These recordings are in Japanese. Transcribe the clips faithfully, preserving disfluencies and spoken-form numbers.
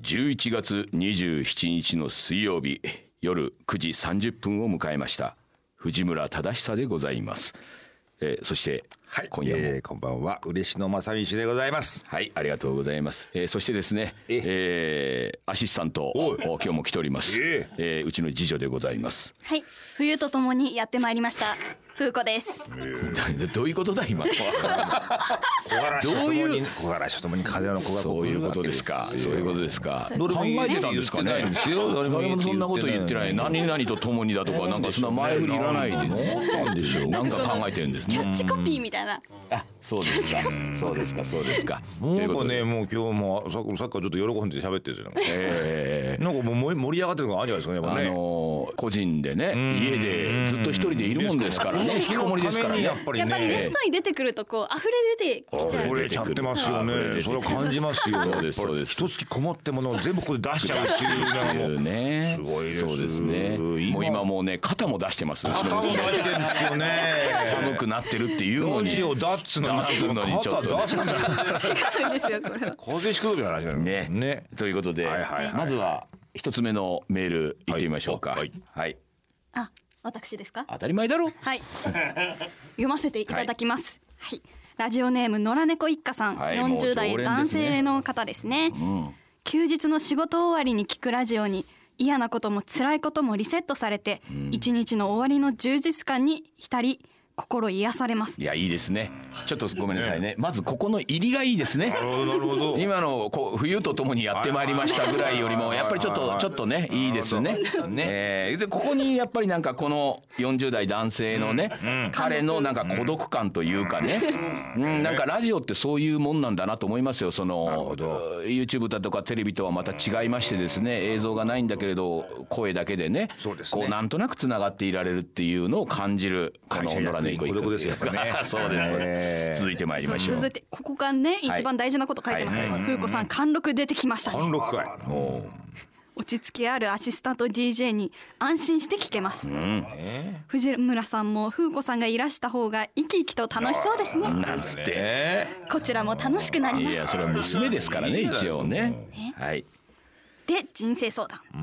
じゅういちがつにじゅうしちにちの水曜日夜くじさんじゅっぷんを迎えました藤村忠久でございます。えー、そして、 はい、 今夜も、 えー、こんばんは嬉野正道でございます。 はい、ありがとうございます。えー、そしてですね、ええー、アシスタント今日も来ております、えーえー、うちの次女でございます。 はい、冬とともにやってまいりました風子です。 どういうことだ今。 木枯らしとともに木枯らしとともに風の子がそういうことですか。そういうことですか。考えてたんですかね。 誰もそんなこと言ってない。何々とともにだとかなんかそんな前振りいらないでね。なんでしょう。なんか考えてるんですね。 キャッチコピーみたいな。 あ、そうですか。そうですか。そうですか。 なんかね、もう今日もさっきからちょっと喜んで喋ってるじゃない。ええ。なんかもう盛り上がってるのがあるじゃないですかね。 あの個人でね、家でずっと一人でいるもんですからね。引きこもりですからね。 やっぱりゲストに出てくるとこう溢れ出てきちゃう。 溢れちゃってますよね。それを感じますよ。 そうですそうです。 一月こもってものを全部ここで出しちゃうし、 いうね。 すごいです。 そうですね。もう今もうね肩も出してます。 肩も出してるんですよね。 寒くなってるっていうのに。 ラジオダッツのにちょっと違うんですよこれ。 風邪ひく時の話だよね。ね。ということでまずは一つ目のメール行ってみましょうか。はい。はい。 あ、私ですか。 当たり前だろ。 はい。読ませていただきます。はい。ラジオネーム野良猫一家さん、はい、よんじゅうだい男性の方ですね、うん、休日の仕事終わりに聞くラジオに嫌なことも辛いこともリセットされて、うん、一日の終わりの充実感に浸り心癒されます。 いやいいですね。ちょっとごめんなさいね。まずここの入りがいいですね。 なるほどなるほど。 今のこう冬とともにやってまいりましたぐらいよりもやっぱりちょっとちょっとねいいですね。えー、でここにやっぱりなんかこのよんじゅうだい男性のね、うん、彼のなんか孤独感というかね、うん、なんかラジオってそういうもんなんだなと思いますよ。その YouTube だとかテレビとはまた違いましてですね、映像がないんだけれど声だけでね、 そうですね、 こうなんとなくつながっていられるっていうのを感じるこの野良猫一家ですよね。そうです。続いてまいりましょう。 続いてここがね一番大事なこと書いてますよ。風子さん貫禄出てきましたね。 貫禄かい。 落ち着きあるアシスタント ディージェー に安心して聞けます、うん、藤村さんも風子さんがいらした方が生き生きと楽しそうですね。 なんつってこちらも楽しくなります。 いやそれは娘ですからね一応ね。はい。 で人生相談、うん、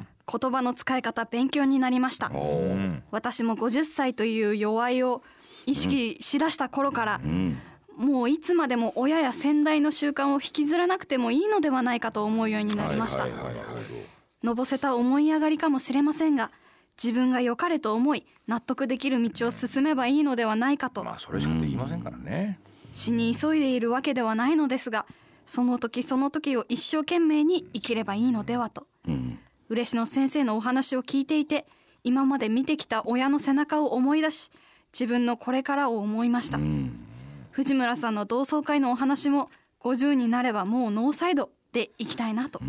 言葉の使い方勉強になりました。私もごじゅっさいという弱いを意識しだした頃から、うん、もういつまでも親や先代の習慣を引きずらなくてもいいのではないかと思うようになりました。のぼせた思い上がりかもしれませんが、自分が良かれと思い納得できる道を進めばいいのではないかと。 まあそれしかできませんからね。 死に急いでいるわけではないのですが、その時その時を一生懸命に生きればいいのではと、うん、嬉野先生のお話を聞いていて、今まで見てきた親の背中を思い出し、自分のこれからを思いました、うん、藤村さんの同窓会のお話もごじゅうになればもうノーサイドでいきたいなと、うん、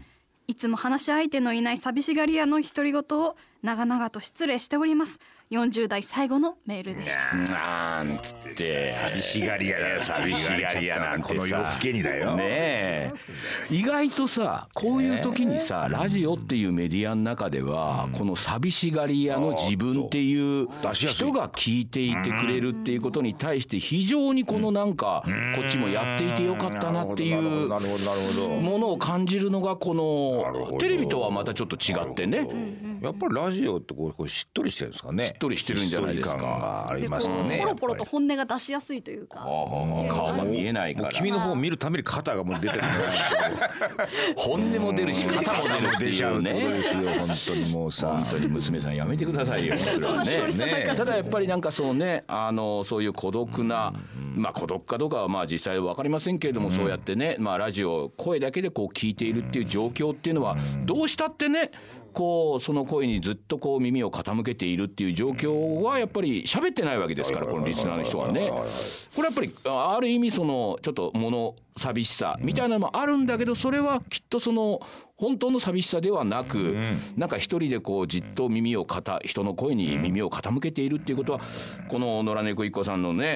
いつも話し相手のいない寂しがり屋の独り言を長々と失礼しております。よんじゅうだい最後のメールでした。 なんつって寂しがり屋だよ。 寂しがり屋なんてさ、 この夜更けにだよねえ。意外とさこういう時にさ、ラジオっていうメディアの中では、うん、この寂しがり屋の自分っていう人が聞いていてくれるっていうことに対して非常にこのなんか、うん、こっちもやっていてよかったなっていうものを感じるのがこのテレビとはまたちょっと違ってね。 やっぱりラジオってこうこうしっとりしてるんですかね。 しっとりしてるんじゃないですか。 ありますよね。 ポロポロと本音が出しやすいというか。 顔が見えないから。 君の方を見るために肩がもう出てる。 本音も出るし肩も出るっていうね。 ですよ本当にもうさ。 本当に娘さんやめてくださいよ。それはね。ね。ただやっぱりなんかそうね、あのそういう孤独な、まあ孤独かどうかはまあ実際は分かりませんけれども、そうやってね、まあラジオ声だけでこう聞いているっていう状況っていうのはどうしたってね。こうその声にずっとこう耳を傾けているっていう状況はやっぱり喋ってないわけですから、このリスナーの人はね。これやっぱりある意味そのちょっと物寂しさみたいなのもあるんだけど、それはきっとその本当の寂しさではなく、なんか一人でこうじっと耳をかた人の声に耳を傾けているっていうことは、この野良猫一個さんのね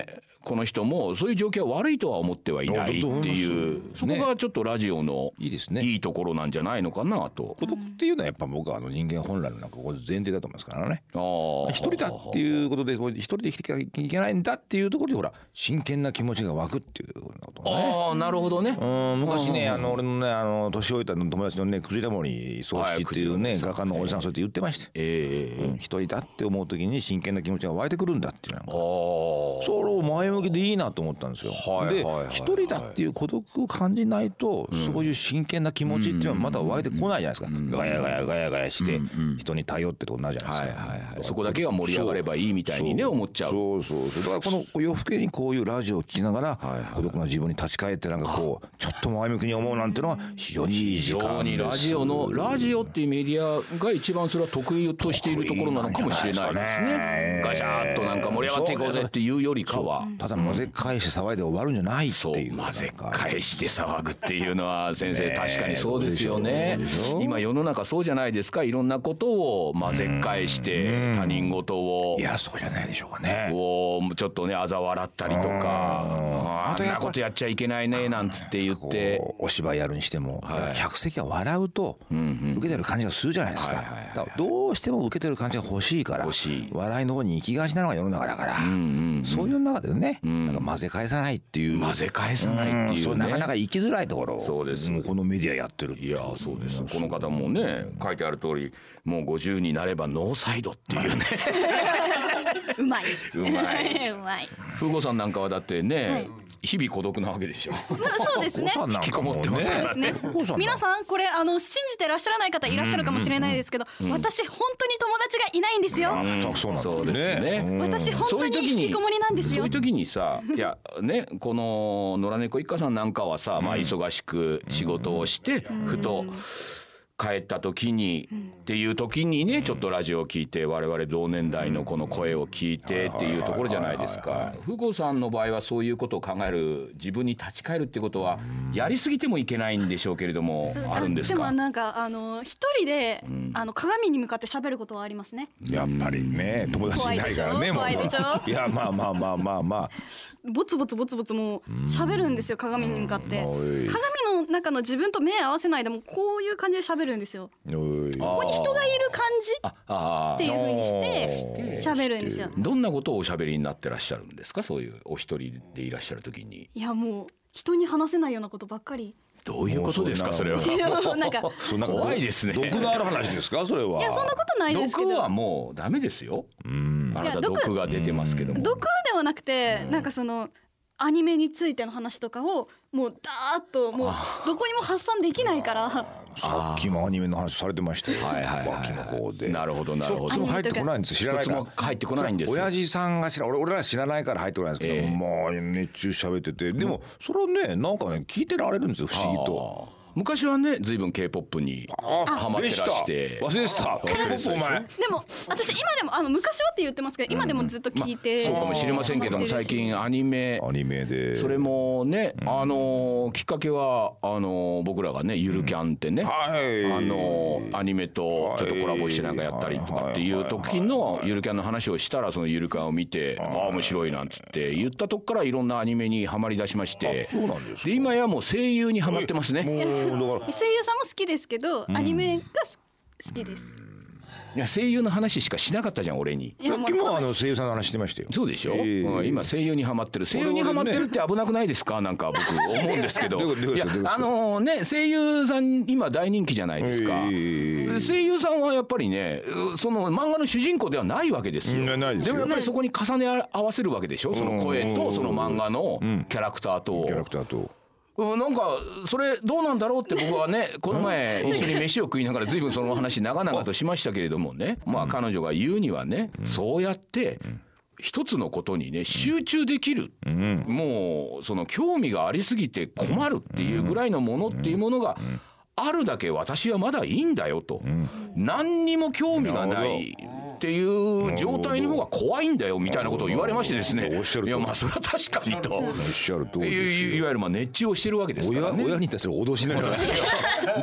この人もそういう状況は悪いとは思ってはいないっていう、そこがちょっとラジオのいいですね、いいところなんじゃないのかなと。 孤独っていうのはやっぱ僕はあの人間本来のなんかこう前提だと思いますからね。あ一人だっていうことで一人で生きていけないんだっていうところでほら真剣な気持ちが湧くっていうことね。 ああなるほどね。 うん昔ねあの俺のねあの年老いた友達のねくじら森宗一っていうね画家のおじさんそうやって言ってまして、えーうん、一人だって思う時に真剣な気持ちが湧いてくるんだっていうのはそれを前向きでいいなと思ったんですよ。で一人だっていう孤独を感じないと、うん、そういう真剣な気持ちっていうのはまだ湧いてこないじゃないですか、うん、ガヤガヤガヤガヤして人に頼ってと同じじゃないですか、はいはいはい、 そこだけが盛り上がればいいみたいにね思っちゃう。 そうそうそうだからこの夜更けにこういうラジオを聞きながら孤独な自分に立ち返ってなんかこうちょっと前向きに思うなんてのは非常にいい時間です。非常にラジオのラジオっていうメディアが一番それは得意としているところなのかもしれないですね。ガシャーッとなんか盛り上がっていこうぜっていうよりかはただ混ぜ返して騒いで終わるんじゃないっていう、 混ぜ返して騒ぐっていうのは先生確かにそうですよね。今世の中そうじゃないですか。いろんなことを混ぜ返して他人事をいやそうじゃないでしょうかねをちょっとね嘲笑ったりとかあんなことやっちゃいけないねなんつって言ってお芝居やるにしても、はい、客席が笑うと受けてる感じがするじゃないですか。だからどうしても受けてる感じが欲しいから笑いの方に行きがちなのが世の中だから、うんうんうん、そういう中でね、うん、なんか混ぜ返さないっていう混ぜ返さないっていう、ね、 そうなかなか行きづらいところをそうですもうこのメディアやってるっていう。 いやそうです。この方もね書いてある通りもうごじゅうになればノーサイドっていうねうまいうまいうまい。風子さんなんかはだってね、はい、日々孤独なわけでしょ。 そうですね。 引きこもってますからね。 皆さんこれあの信じてらっしゃらない方いらっしゃるかもしれないですけど、うんうんうん、私本当に友達がいないんですよ。 うん、そうですね。 私本当に引きこもりなんですよ。 そういう時にさ、いやねこの野良猫一家さんなんかはさ、まあ忙しく仕事をしてふと帰った時にっていう時にねちょっとラジオを聞いて我々同年代のこの声を聞いてっていうところじゃないですか。風子さんの場合はそういうことを考える自分に立ち返るっていうことはやりすぎてもいけないんでしょうけれどもあるんですか。 でもなんかあの一人であの鏡に向かって喋ることはありますね。 やっぱりね友達いないからね。 怖いでしょ。 いやまあまあまあまあまあボツボツボツボツもう喋るんですよ鏡に向かって。鏡の中の自分と目合わせないでもこういう感じで喋るんですよ。ここに人がいる感じっていう風にして喋るんですよ。 どんなことをおしゃべりになってらっしゃるんですか。そういうお一人でいらっしゃる時に。 いやもう人に話せないようなことばっかり。 どういうことですかそれは。 なんか怖いですね。 毒のある話ですかそれは。 いやそんなことないですけど。 毒はもうダメですよ。うんあなた毒が出てますけども。 毒ではなくてなんかそのアニメについての話とかをもうダーッともうどこにも発散できないから。 さっきもアニメの話されてましたよ。はいはいはい。の方で。 なるほどなるほど。 そも入ってこないんです。知らないから。 一つも入ってこないんです。 親父さんが知ら俺俺ら知らないから入ってこないんですけど、えー、まあ熱中喋っててでもそれはねなんかね聞いてられるんですよ不思議と。 昔はねずいぶん K-ポップ にハマってらして忘れてた忘れてたお前。 でも私今でもあの昔はって言ってますけど今でもずっと聞いて、 うんまあ、そうかもしれませんけども最近アニメアニメでそれもね、うん、あのきっかけはあの僕らがねゆるキャンってね、うんはい、あのアニメとちょっとコラボしてなんかやったりとかっていう時のゆるキャンの話をしたらそのゆるキャンを見てああ面白いなんつって言ったとこからいろんなアニメにハマり出しましてで今やもう声優にハマってますね。 声優さんも好きですけど、うん、アニメが好きです。 いや声優の話しかしなかったじゃん俺に。 さっきもあの声優さんの話してましたよ。 そうでしょ、えー、今声優にハマってる声優にハマってるって危なくないですかなんか僕思うんですけどいやあのね声優さん今大人気じゃないですか、えー、声優さんはやっぱりねその漫画の主人公ではないわけですよ。ないですよ。でもやっぱりそこに重ね合わせるわけでしょその声とその漫画のキャラクターとキャラクターとなんかそれどうなんだろうって僕はねこの前一緒に飯を食いながら随分その話長々としましたけれどもねまあ彼女が言うにはねそうやって一つのことにね集中できるもうその興味がありすぎて困るっていうぐらいのものっていうものがあるだけ私はまだいいんだよと何にも興味がないっていう状態の方が怖いんだよみたいなことを言われましてですねいやまあそれは確かにとおっしゃる通りですよ。いわゆるまあ熱中をしてるわけですからね。 親に対する脅しなんですよ。 だから私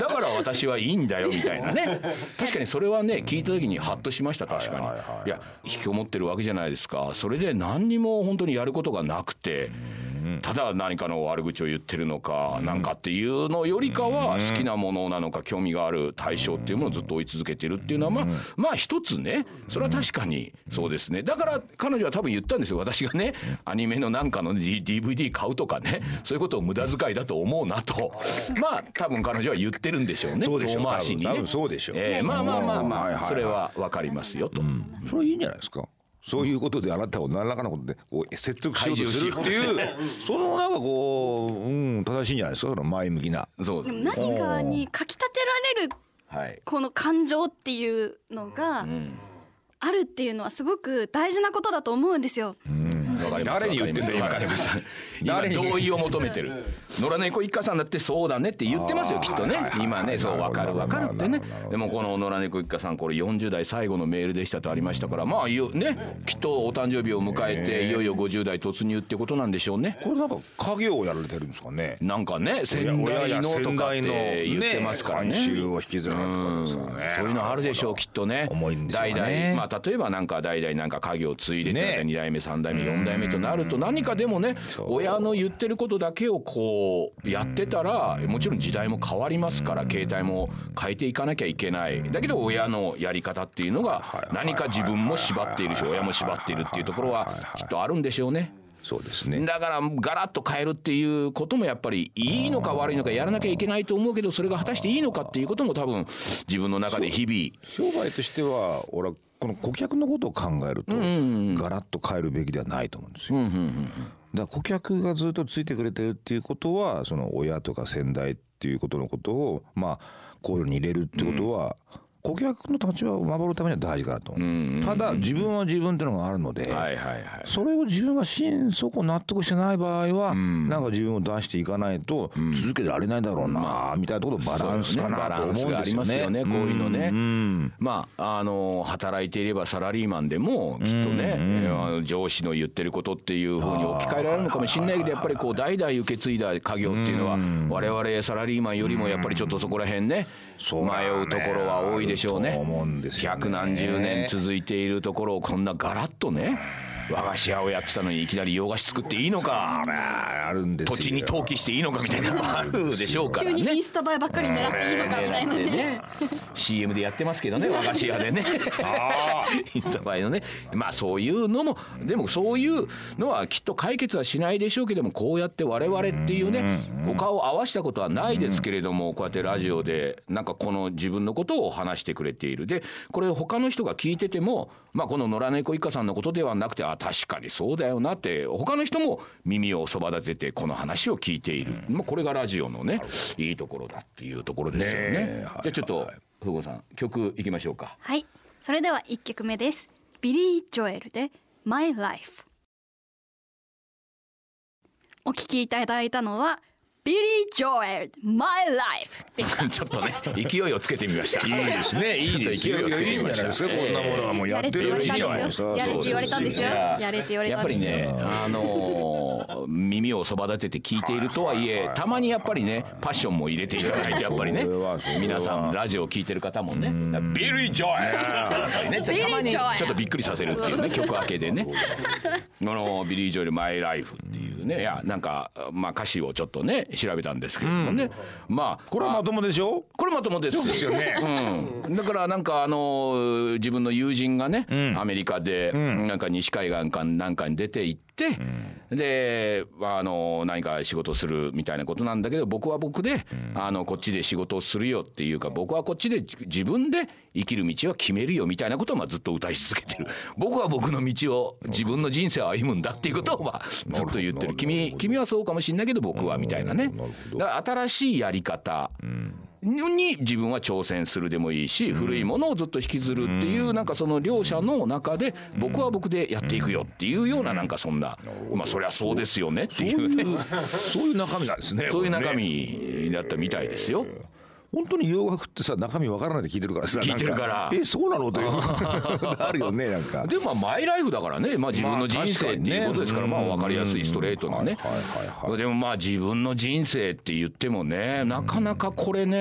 私はいいんだよみたいなね確かにそれはね聞いた時にハッとしました。確かに、いや引きこもってるわけじゃないですか。それで何にも本当にやることがなくて、ただ何かの悪口を言ってるのかなんかっていうのよりかは、好きなものなのか興味がある対象っていうものをずっと追い続けてるっていうのはまあまあ一つね、それは確かにそうですね。だから彼女は多分言ったんですよ。私がねアニメのなんかの ディーブイディー 買うとかね、そういうことを無駄遣いだと思うなとまあ多分彼女は言ってるんでしょうね。 そうでしょう、 遠回しにね。 多分そうでしょう、 えー、まあまあまあまあそれは分かりますよと、うん、 それはいいんじゃないですか。そういうことであなたを何らかのことでこう説得しようとするっていうそのなんかこう、うん、正しいんじゃないですか。その前向きな。 そうでも何かにかき立てられるこの感情っていうのがあるっていうのはすごく大事なことだと思うんですよ。 誰に言ってんの。 分かります今同意を求めてる野良猫一家さんだってそうだねって言ってますよきっとね今ね。そう分かる分かるってね。でもこの野良猫一家さんこれよんじゅう代最後のメールでしたとありましたから、まあねきっとお誕生日を迎えていよいよごじゅう代突入ってことなんでしょうね。 これなんか家業をやられてるんですかね。 なんかね先代のとかって言ってますからね。 慣習を引きずるんですからね。 そういうのあるでしょうきっとね。 重いんでしょうね。 代々まあ例えばなんか代々なんか家業を継いでてに代目さん代目よん代目となると何かでもね親の言ってることだけをこうやってたらもちろん時代も変わりますから携帯も変えていかなきゃいけない。だけど親のやり方っていうのが何か自分も縛っているし親も縛っているっていうところはきっとあるんでしょうね。 そうですね。 だからガラッと変えるっていうこともやっぱりいいのか悪いのかやらなきゃいけないと思うけど、それが果たしていいのかっていうことも多分自分の中で日々 商売としては俺はこの顧客のことを考えるとガラッと変えるべきではないと思うんですよ。だから顧客がずっとついてくれてるっていうことはその親とか先代っていうことのことをまあ考慮に入れるってことは、顧客の立場を守るためには大事かなと思う。ただ自分は自分っていうのがあるので、それを自分が心底納得してない場合はなんか自分を出していかないと続けてられないだろうなみたいなところバランスかなと思うんですよね。 ありますよねこういうのね。まああの働いていればサラリーマンでもきっとね上司の言ってることっていうふうに置き換えられるのかもしれないけど、やっぱりこう代々受け継いだ家業っていうのは我々サラリーマンよりもやっぱりちょっとそこら辺ね迷うところは多いでしょうね。百何十年続いているところをこんなガラッとね和菓子屋をやってたのにいきなり洋菓子作っていいのか、 あるんですよ。 土地に登記していいのかみたいなのもあるでしょうからね。 急にインスタ映えばっかり狙っていいのかみたいなね。 シーエム でやってますけどね和菓子屋でねインスタ映えのね。まあそういうのもでもそういうのはきっと解決はしないでしょうけども、こうやって我々っていうねお顔を合わせたことはないですけれども、こうやってラジオでなんかこの自分のことを話してくれている。でこれ他の人が聞いてても、まあこの野良猫一家さんのことではなくて、あ確かにそうだよなって他の人も耳をそば立ててこの話を聞いている、まあ、これがラジオのねいいところだっていうところですよね。ねじゃあちょっとふうごさん曲いきましょうか。 はい、それではいっきょくめです。ビリー・ジョエルで My Life。 お聴きいただいたのはビリー・ジョエル My Life でしたちょっとね勢いをつけてみました。 いいですね、いいです勢いをつけてみました。 こんなものはもうやってるやれって言われたんですよ。やれって言われたんですよ。やれって言われたんですよ。 やっぱりねあのー、耳をそば立てて聞いているとはいえ、たまにやっぱりねパッションも入れていただいて、やっぱりね皆さんラジオを聞いてる方もねビリー・ジョエルやっぱりねたまにちょっとびっくりさせるっていうね曲明けでねあのビリー・ジョエル My Life っていうね、いやなんかまあ歌詞をちょっとね調べたんですけれどもね、うん、まあこれはまともでしょ。 これまともですよ。 ですよね、 うん、だからなんかあの自分の友人がね、うん、アメリカでなんか西海岸かなんかに出て行って、うん、であの何か仕事するみたいなことなんだけど、僕は僕で、うん、あのこっちで仕事をするよっていうか、僕はこっちで自分で生きる道は決めるよみたいなことをまあずっと歌い続けてる。僕は僕の道を自分の人生を歩むんだっていうことをまあずっと言ってる。君君はそうかもしれないけど僕はみたいなね。だから新しいやり方に自分は挑戦するでもいいし、古いものをずっと引きずるっていうなんかその両者の中で僕は僕でやっていくよっていうようななんかそんな、まあそりゃそうですよねっていうね、 そういう中身なんですね。 そういう中身だったみたいですよ。 本当に洋楽ってさ中身わからないで聞いてるからさ、 聞いてるからえそうなのというあるよね。なんかでもまあマイライフだからね、まあ自分の人生っていうことですから、まあ分かりやすいストレートなね。でもまあ自分の人生って言ってもね、なかなかこれね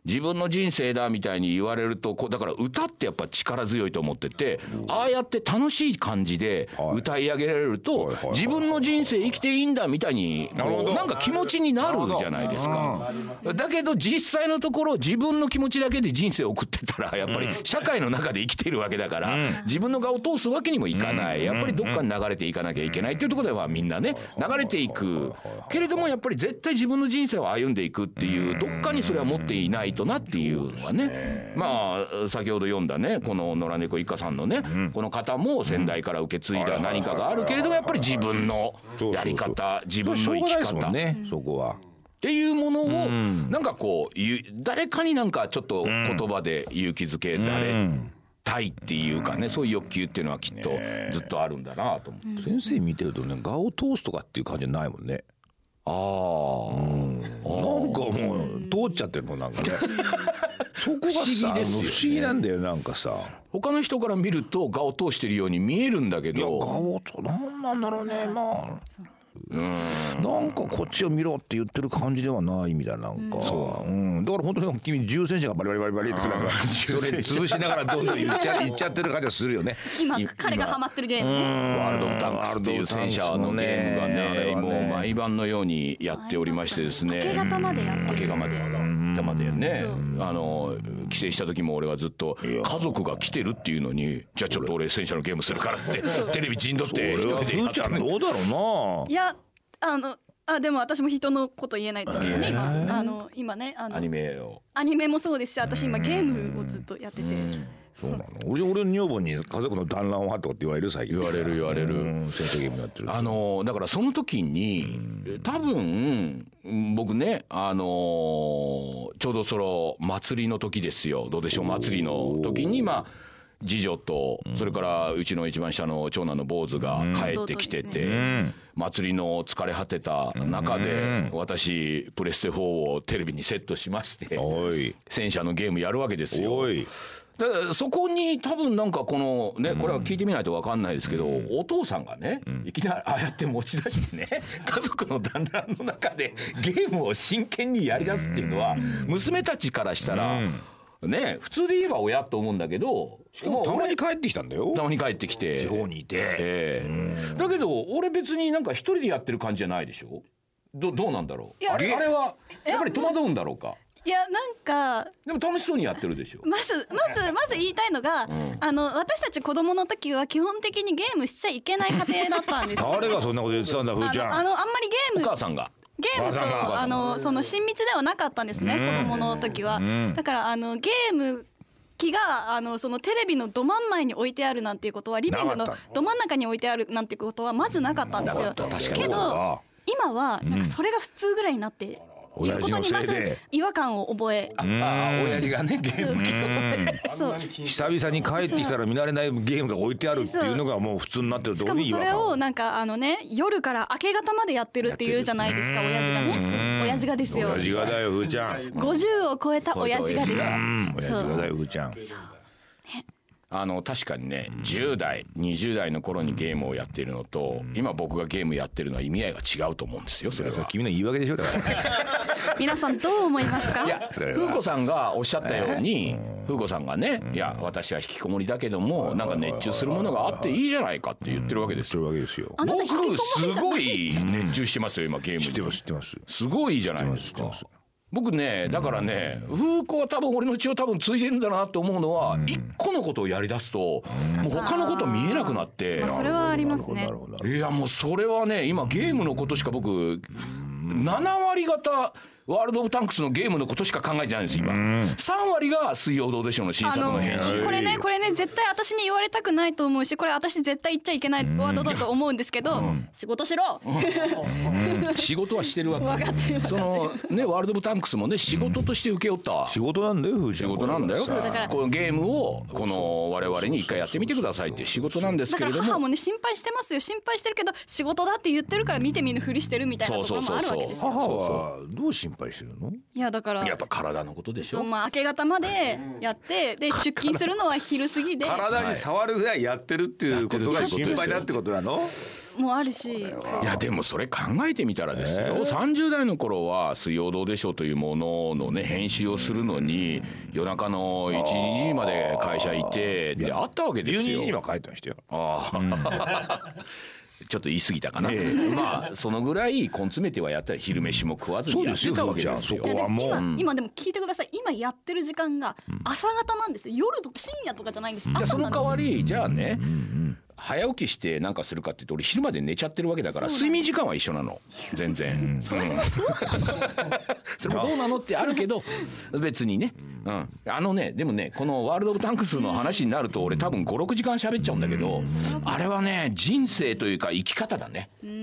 自分の人生だみたいに言われるとこうだから歌ってやっぱ力強いと思ってて、ああやって楽しい感じで歌い上げられると自分の人生生きていいんだみたいにこうなんか気持ちになるじゃないですか。だけど実際のところ自分の気持ちだけで人生を送ってたらやっぱり社会の中で生きているわけだから自分の顔を通すわけにもいかない。やっぱりどっかに流れていかなきゃいけないっていうところではみんなね流れていくけれども、やっぱり絶対自分の人生を歩んでいくっていうどっかにそれは持っていないとなっていうのはね、まあ先ほど読んだねこの野良猫一家さんのねこの方も先代から受け継いだ何かがあるけれどもやっぱり自分のやり方自分の生き方そこはっていうものをなんかこう誰かになんかちょっと言葉で勇気づけられたいっていうかね、そういう欲求っていうのはきっとずっとあるんだなと思って。 先生見てるとね顔を通すとかっていう感じじゃないもんね。 ああ、 なんかもう通っちゃってるもんなんかねそこがさ不思議ですよね。 不思議なんだよなんかさ。 他の人から見ると顔を通してるように見えるんだけど、 いや顔となんなんだろうね、まあうんなんかこっちを見ろって言ってる感じではないみたいな、なんか、うんうん、だから本当に君重戦車がバリバリバリバリってなんかそれ潰しながらどんどんいっちゃいっちゃってる感じがするよね。 今彼がハマってるゲームね、 ワールドオブタンクスっていう戦車のゲームがねもう毎晩のようにやっておりましてですね、 明け方までやってる、 明け方までまでね、あの帰省した時も俺はずっと家族が来てるっていうのにじゃあちょっと俺戦車のゲームするからってテレビ陣取って一人でやってふーちゃんどうだろうな。 いやあのあでも私も人のこと言えないですけどね、今あの今ねあのアニメをアニメもそうですし、私今ゲームをずっとやってて、 そうなの。俺俺の女房に家族の団らんはとかって言われる最近。 言われる言われる。 戦争ゲームやってる。 あのだからその時に多分僕ねあのちょうどその祭りの時ですよ。どうでしょう祭りの時にまあ。次女とそれからうちの一番下の長男の坊主が帰ってきてて、祭りの疲れ果てた中で私プレステフォーをテレビにセットしまして戦車のゲームやるわけですよ。でそこに多分なんかこのねこれは聞いてみないと分かんないですけど、お父さんがねいきなりああやって持ち出してね家族の団らんの中でゲームを真剣にやりだすっていうのは娘たちからしたらね普通で言えば親と思うんだけど、 しかもたまに帰ってきたんだよ。 たまに帰ってきて地方にいて、 えー、だけど俺別になんか一人でやってる感じじゃないでしょ。どどうなんだろう。あれあれはやっぱり戸惑うんだろうか。 いやなんかでも楽しそうにやってるでしょ。 まずまずまず言いたいのが、うん、あの私たち子供の時は基本的にゲームしちゃいけない家庭だったんですよ誰がそんなこと言ってたんだふーちゃん。 あのあんまりゲームお母さんがゲームとあのその親密ではなかったんですね、子供の時は。だからあのゲーム機があのそのテレビのど真ん前に置いてあるなんていうことはリビングのど真ん中に置いてあるなんていうことはまずなかったんですよ。けど今はなんかそれが普通ぐらいになっていることにまず違和感を覚え、 ああ親父がねゲーム機をねそう久々に帰ってきたら見慣れないゲームが置いてあるっていうのがもう普通になってるところに違和感。 しかもそれをなんかあのね夜から明け方までやってるっていうじゃないですか親父がね。親父がですよ。 親父がだよふーちゃん。 ごじゅうを超えた親父がです。 親父がだよふーちゃん。 あの確かにねじゅう代にじゅう代の頃にゲームをやっているのと今僕がゲームやってるのは意味合いが違うと思うんですよ。それは君の言い訳でしょだから皆さんどう思いますか。 いや風子さんがおっしゃったように風子さんがねいや私は引きこもりだけどもなんか熱中するものがあっていいじゃないかって言ってるわけですよ。僕すごい熱中してますよ今ゲームに。 知ってます知ってます。 すごいじゃないですか。僕ねだからね風子は多分俺の血を多分継いでるんだなと思うのは一個のことをやりだすともう他のこと見えなくなって、 まあ、それはありますね。 いやもうそれはね今ゲームのことしか僕なな割方ワールドオブタンクスのゲームのことしか考えてないんです今。さん割が水曜どうでしょうの新作の編集。 これねこれね絶対私に言われたくないと思うしこれ私絶対言っちゃいけないワードだと思うんですけど、うん、仕事しろ仕事はしてるわけ。 分かってる。 そのねワールドオブタンクスもね仕事として受け負った、 うん、仕事なんだよふーちゃん。 仕事なんだよ。 だからこのゲームをこの我々に一回やってみてくださいって仕事なんですけれども。 だから母もね心配してますよ。心配してるけど仕事だって言ってるから見て見ぬふりしてるみたいなところもあるわけですよ。 母はどう心配してるの。 いやだからやっぱ体のことでしょ。 そう、まあ、明け方までやってで出勤するのは昼過ぎで体に触るぐらいやってるっていうことが心配だってことなの。 もあるし、 いやでもそれ考えてみたらですよ、えー、さんじゅう代の頃は水曜どうでしょうというもののね編集をするのに夜中のいちじにじまで会社いてってあったわけですよ。 じゅうにじには帰ってましたよ。ああ、うんちょっと言い過ぎたかな、えー、まあそのぐらい根詰めてはやったら昼飯も食わずにやってたわけですよ。 そこはもう今、今でも聞いてください。今やってる時間が朝方なんですよ。夜とか深夜とかじゃないんです。 じゃあその代わりじゃあね、うんうん、早起きしてなんかするかって言って俺昼まで寝ちゃってるわけだから睡眠時間は一緒なの全然、うん、それもどうなのってあるけど別にね、うん、あのねでもねこのワールドオブタンクスの話になると俺多分ごろくじかん喋っちゃうんだけど、あれはね人生というか生き方だね。うん、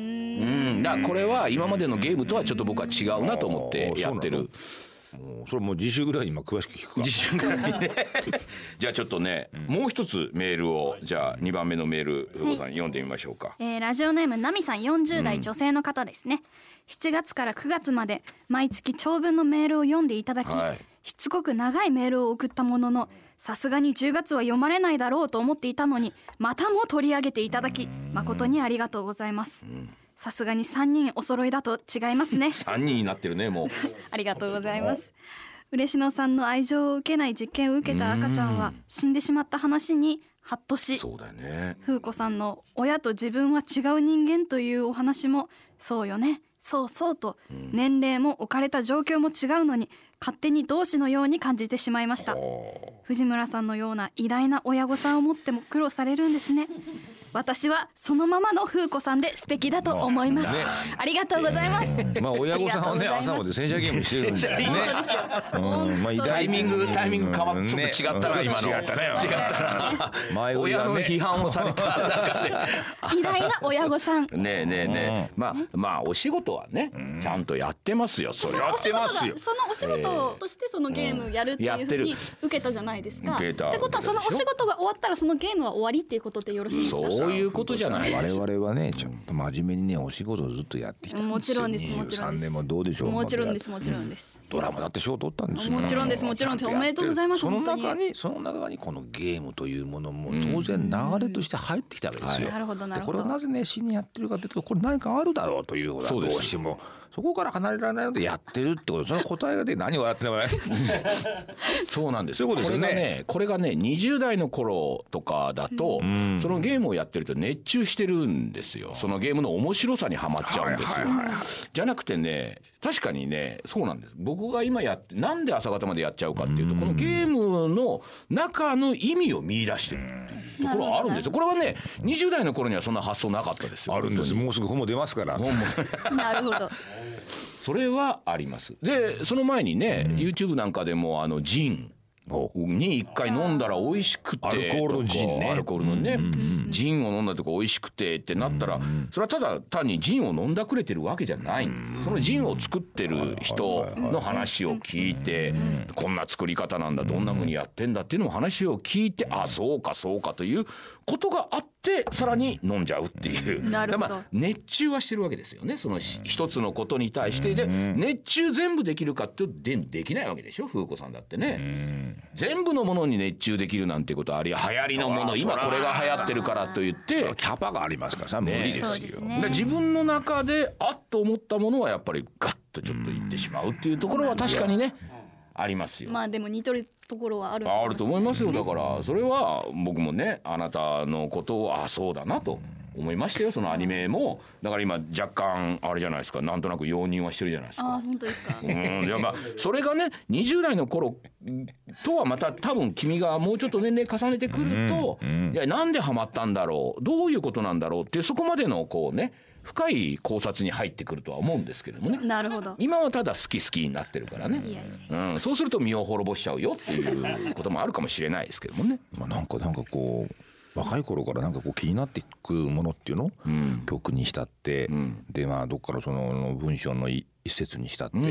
だからこれは今までのゲームとはちょっと僕は違うなと思ってやってる。 もうそれもう次週ぐらいに今詳しく聞くか。 次週ぐらいにねじゃあちょっとね、うん、もう一つメールをじゃあにばんめのメールふうこさん読んでみましょうか。 えー、ラジオネームナミさんよんじゅう代女性の方ですね、うん、しちがつからくがつまで毎月長文のメールを読んでいただき、はい、しつこく長いメールを送ったもののさすがにじゅうがつは読まれないだろうと思っていたのにまたも取り上げていただき誠にありがとうございます。うん、さすがにさんにんお揃いだと違いますねさんにんになってるねもうありがとうございます。嬉野さんの愛情を受けない実験を受けた赤ちゃんは死んでしまった話にハッとし、 そうだよね、 風子さんの親と自分は違う人間というお話もそうよねそうそうと、うん、年齢も置かれた状況も違うのに勝手に同志のように感じてしまいました。藤村さんのような偉大な親御さんを持っても苦労されるんですね。私はそのままの風子さんで素敵だと思います、まあね、ありがとうございます。 まあ親御さんはね朝まで戦車ゲームしてるんだよね。 うんまあ、タイミングタイミング変わっちょっと違ったな、ね、今の違ったね違ったな、ね、親の批判をされた中で偉大な親御さんねえねえねえ、まあまあお仕事はねちゃんとやってますよ。それやってますよ。そのお仕事としてそのゲームやるっていうふうに受けたじゃないですか。ってことはそのお仕事が終わったらそのゲームは終わりっていうことでよろしいですか。 そういうことじゃない。 我々はねちょっと真面目にねお仕事をずっとやってきたんですよ。 もちろんですもちろんです。 にじゅうさんねんもどうでしょう。 もちろんですもちろんです。 ドラマだって賞を取ったんですよ。 もちろんですもちろんです。おめでとうございます。 その中にその中にこのゲームというものも当然流れとして入ってきたわけですよ。 なるほどなるほど。 これをなぜ熱心にやってるかというとこれ何かあるだろうということはどうしてもそこから離れられないのでやってるってこと。その答えがで何をやってるのかねそうなんです。そういうことですよね。これがねこれがねにじゅう代の頃とかだと、うん、そのゲームをやってると熱中してるんですよ。そのゲームの面白さにはまっちゃうんですよ、はいはいはいはい、じゃなくてね確かにねそうなんです。僕が今やってなんで朝方までやっちゃうかっていうと、うん、このゲームの中の意味を見出してるっていうところはあるんですよ。これはねにじゅう代の頃にはそんな発想なかったですよ。 あるんです。もうすぐ本も出ますから本もなるほどそれはあります。でその前にね、うん、YouTube なんかでもあのジンに一回飲んだら美味しくてアルコールのジンねアルコールのね、うんうん、ジンを飲んだとか美味しくてってなったら、うんうん、それはただ単にジンを飲んだくれてるわけじゃない、うん、そのジンを作ってる人の話を聞いて、うん、こんな作り方なんだどんな風にやってんだっていうのも話を聞いて、うん、あそうかそうかということがあってさらに飲んじゃうっていうなるほど、 まあ、熱中はしてるわけですよね。その一つのことに対してで熱中全部できるかってでできないわけでしょ。風子さんだってね、うん、全部のものに熱中できるなんてことはあり流行りのもの今これが流行ってるからといってキャパがありますからさ無理ですよ、 ね、 で自分の中であっと思ったものはやっぱりガッとちょっといってしまうっていうところは確かにねありますよ。 まあでも似とるところはあるあると思いますよ。だからそれは僕もねあなたのことをあそうだなと思いましたよ。そのアニメもだから今若干あれじゃないですかなんとなく容認はしてるじゃないですか。 あ本当ですか。 うんいやまあそれがねにじゅう代の頃とはまた多分君がもうちょっと年齢重ねてくると、うんうん、いやなんでハマったんだろうどういうことなんだろうっていうそこまでのこうね深い考察に入ってくるとは思うんですけれどもね。 なるほど。 今はただ好き好きになってるからね。いやいや、うん、そうすると身を滅ぼしちゃうよっていうこともあるかもしれないですけどもね。 まあなんかなんかこう若い頃からなんかこう気になっていくものっていうの、うん、曲にしたって、うん、でまあどっからその文章の一節にしたって、うんうん、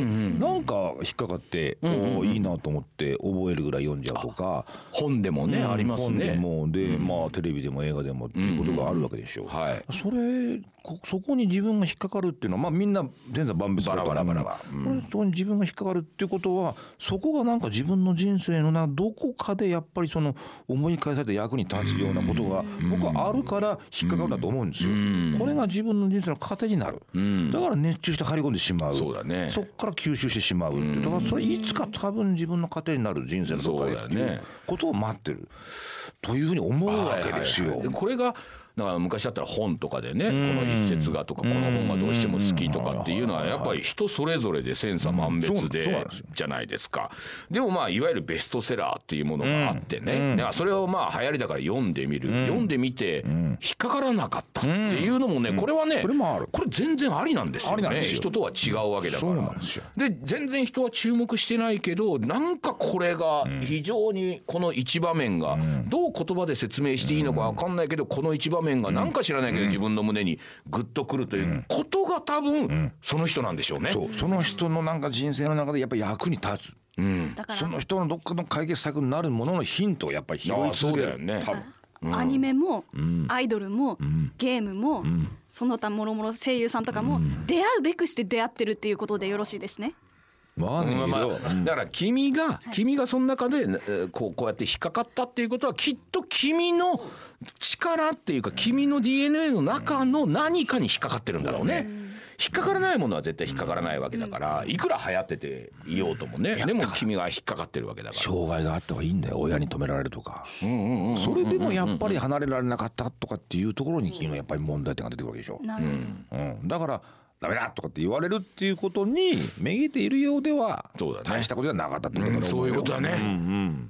なんか引っかかって、うんうんうん、いいなと思って覚えるぐらい読んじゃうとか、 本でもね、うん、ありますね。 本でもで、うん、まあテレビでも映画でもっていうことがあるわけでしょう、うんうんはい、それそこに自分が引っかかるっていうのは、まあみんな全然万別だとバラバラバラ、うん、そこに自分が引っかかるっていうことは、そこがなんか自分の人生のなどこかでやっぱりその思い返されて役に立つようなことが僕はあるから引っかかるんだと思うんですよ、うん、これが自分の人生の糧になる、うん、だから熱中して張り込んでしまう、そうだね、そこから吸収してしまう、うん、だからそれいつか多分自分の糧になる人生のどこかでっていうことを待ってるというふうに思うわけですよ、はいはいはい、 これがだから昔だったら本とかでね、この一節がとかこの本がどうしても好きとかっていうのはやっぱり人それぞれで千差万別でじゃないですか。でもまあいわゆるベストセラーっていうものがあってね、だからそれをまあ流行りだから読んでみる、読んでみて引っかからなかったっていうのもね、これはねこれ全然ありなんですよね。人とは違うわけだから。で全然人は注目してないけど、なんかこれが非常にこの一場面がどう言葉で説明していいのか分かんないけど、この一場面がなんか知らないけど自分の胸にグッとくるということが多分その人なんでしょうね。 そう、その人のなんか人生の中でやっぱり役に立つ、うん、その人のどっかの解決策になるもののヒントをやっぱり拾い続ける、ね、多分、 うん、アニメも、うん、アイドルも、うん、ゲームも、うん、その他もろもろ声優さんとかも、うん、出会うべくして出会ってるっていうことでよろしいですね。 まあね、まあ、だから君が、はい、君がその中でこう、こうやって引っかかったっていうことはきっと君の力っていうか君の ディーエヌエー の中の何かに引っかかってるんだろうね。引っかからないものは絶対引っかからないわけだから、いくら流行ってていようともね、でも君が引っかかってるわけだから。 障害があった方がいいんだよ、親に止められるとか、それでもやっぱり離れられなかったとかっていうところに君はやっぱり問題点が出てくるわけでしょ、うんうん、だからダメだとかって言われるっていうことにめげているようでは大したことではなかったってことだと思うよ、うん、 そういうことだね、うんうん、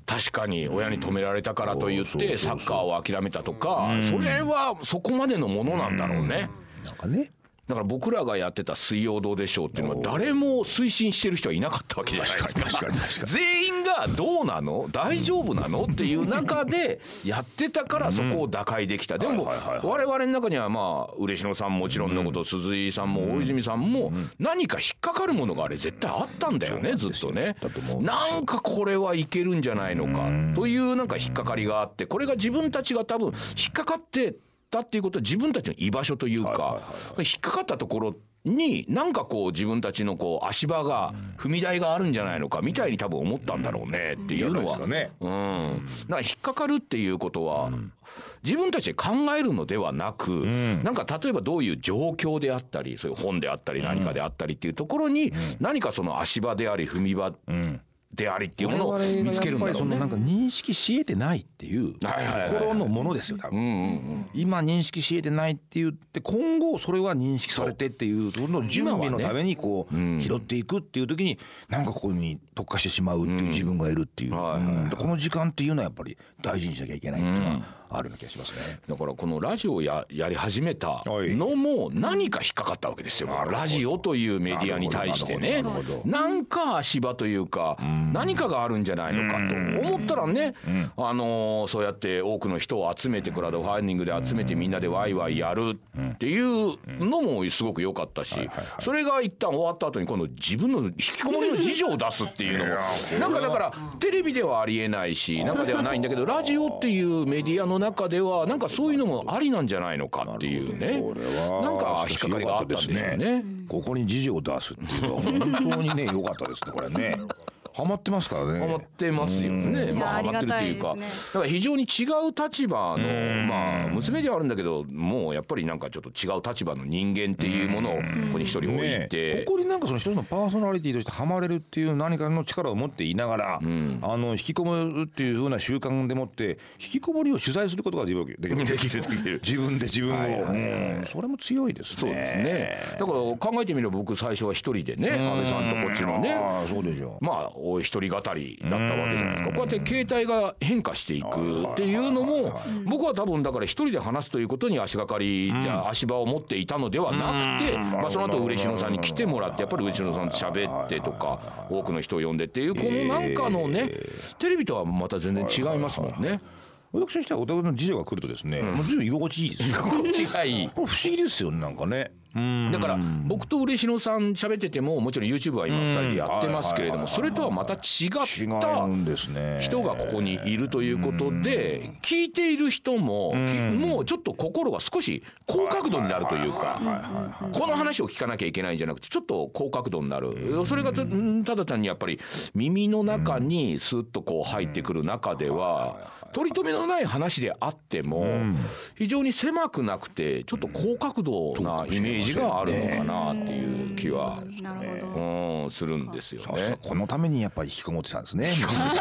確かに親に止められたからといってサッカーを諦めたとか、それはそこまでのものなんだろうね、 うん、なんかね、 だから僕らがやってた水曜どうでしょうっていうのは誰も推進してる人はいなかったわけじゃないですか。確かに確かに全員がどうなの大丈夫なのっていう中でやってたからそこを打開できた。でも我々の中にはまあ嬉野さんもちろんのこと、鈴井さんも大泉さんも何か引っかかるものがあれ絶対あったんだよね、ずっとね。なんかこれはいけるんじゃないのかというなんか引っかかりがあって、これが自分たちが多分引っかかってだっていうことは自分たちの居場所というか、はいはいはい、引っかかったところになんかこう自分たちのこう足場が踏み台があるんじゃないのかみたいに多分思ったんだろうねっていうのは、うん、だから引っかかるっていうことは自分たちで考えるのではなく、なんか例えばどういう状況であったり、そういう本であったり何かであったりっていうところに何かその足場であり踏み場でありっていうものを見つけるんだろうね。 我々がやっぱりそのなんか認識し得てないっていう心のものですよ多分、うんうんうん、今認識し得てないって言って今後それは認識されてっていうその準備のためにこう、ね、拾っていくっていう時になんかここに特化してしまうっていう自分がいるっていう、うんうん、この時間っていうのはやっぱり大事にしなきゃいけないっていうのはあるような気がしますね。 だからこのラジオを や, やり始めたのも何か引っかかったわけですよ。ラジオというメディアに対してね、なんか足場というか何かがあるんじゃないのかと思ったらね、あのー、そうやって多くの人を集めてクラウドファンディングで集めてみんなでワイワイやるっていうのもすごく良かったし、それが一旦終わった後に今度自分の引きこもりの事情を出すっていうのもなんかだからテレビではありえないし中ではないんだけど、ラジオっていうメディアの中ではなんかそういうのもありなんじゃないのかっていうね、なんか引っかかりがあったんでしょうね。 ここに事情を出すっていうのは本当にね良かったですねこれね。ハマってますからね。 ハマってますよね。まあハマってるというか、だから非常に違う立場のまあ娘ではあるんだけど、もうやっぱりなんかちょっと違う立場の人間っていうものをここに一人置いて、 ね、ここになんかその一つのパーソナリティとしてハマれるっていう何かの力を持っていながら、うん、あの引きこもるっていう風な習慣でもって引きこもりを取材することができるできるできるできる自分で自分を、はいはいはい、うん、それも強いですね。 そうですね。だから考えてみれば僕最初は一人でね、安倍さんとこっちのね、 あそうでしょう、 まあお一人語りだったわけじゃないですか。こうやって携帯が変化していくっていうのも僕は多分だから一人で話すということに足がかりじゃ足場を持っていたのではなくて、まあその後嬉野さんに来てもらってやっぱり嬉野さんと喋ってとか多くの人を呼んでっていうこのなんかのねテレビとはまた全然違いますもんね。 私にしてはお互いの次女が来るとですね、うん、もう随分居心地いいですよ。 居心地がいい。 不思議ですよねなんかね。うだから僕と嬉野さん喋っててももちろん YouTube は今ふたりでやってますけれども、それとはまた違った人がここにいるということで、聞いている人ももうちょっと心が少し高角度になるというか、この話を聞かなきゃいけないんじゃなくてちょっと高角度になる。それがただ単にやっぱり耳の中にスッとこう入ってくる中では取り留めのない話であっても非常に狭くなくてちょっと高角度なイメージがあるのかなっていう気はうんするんですよね。 このためにやっぱり引きこもってたんですね。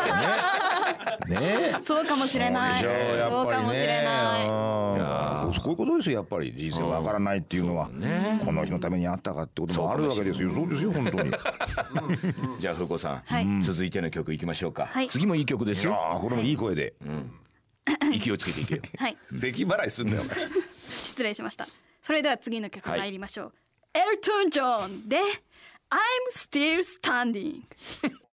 ね、そうかもしれない。そうかもしれない。 そういうことですよ。やっぱり人生わからないっていうのは、この日のためにあったかってこともあるわけですよ。そうですよ本当に。 じゃあ風子さん、続いての曲いきましょうか。次もいい曲ですよ。 これもいい声で息をつけていけよ。 はい。 咳払いすんだよ。 失礼しました。それでは次の曲参りましょう。エルトン・ジョンで I'm Still Standing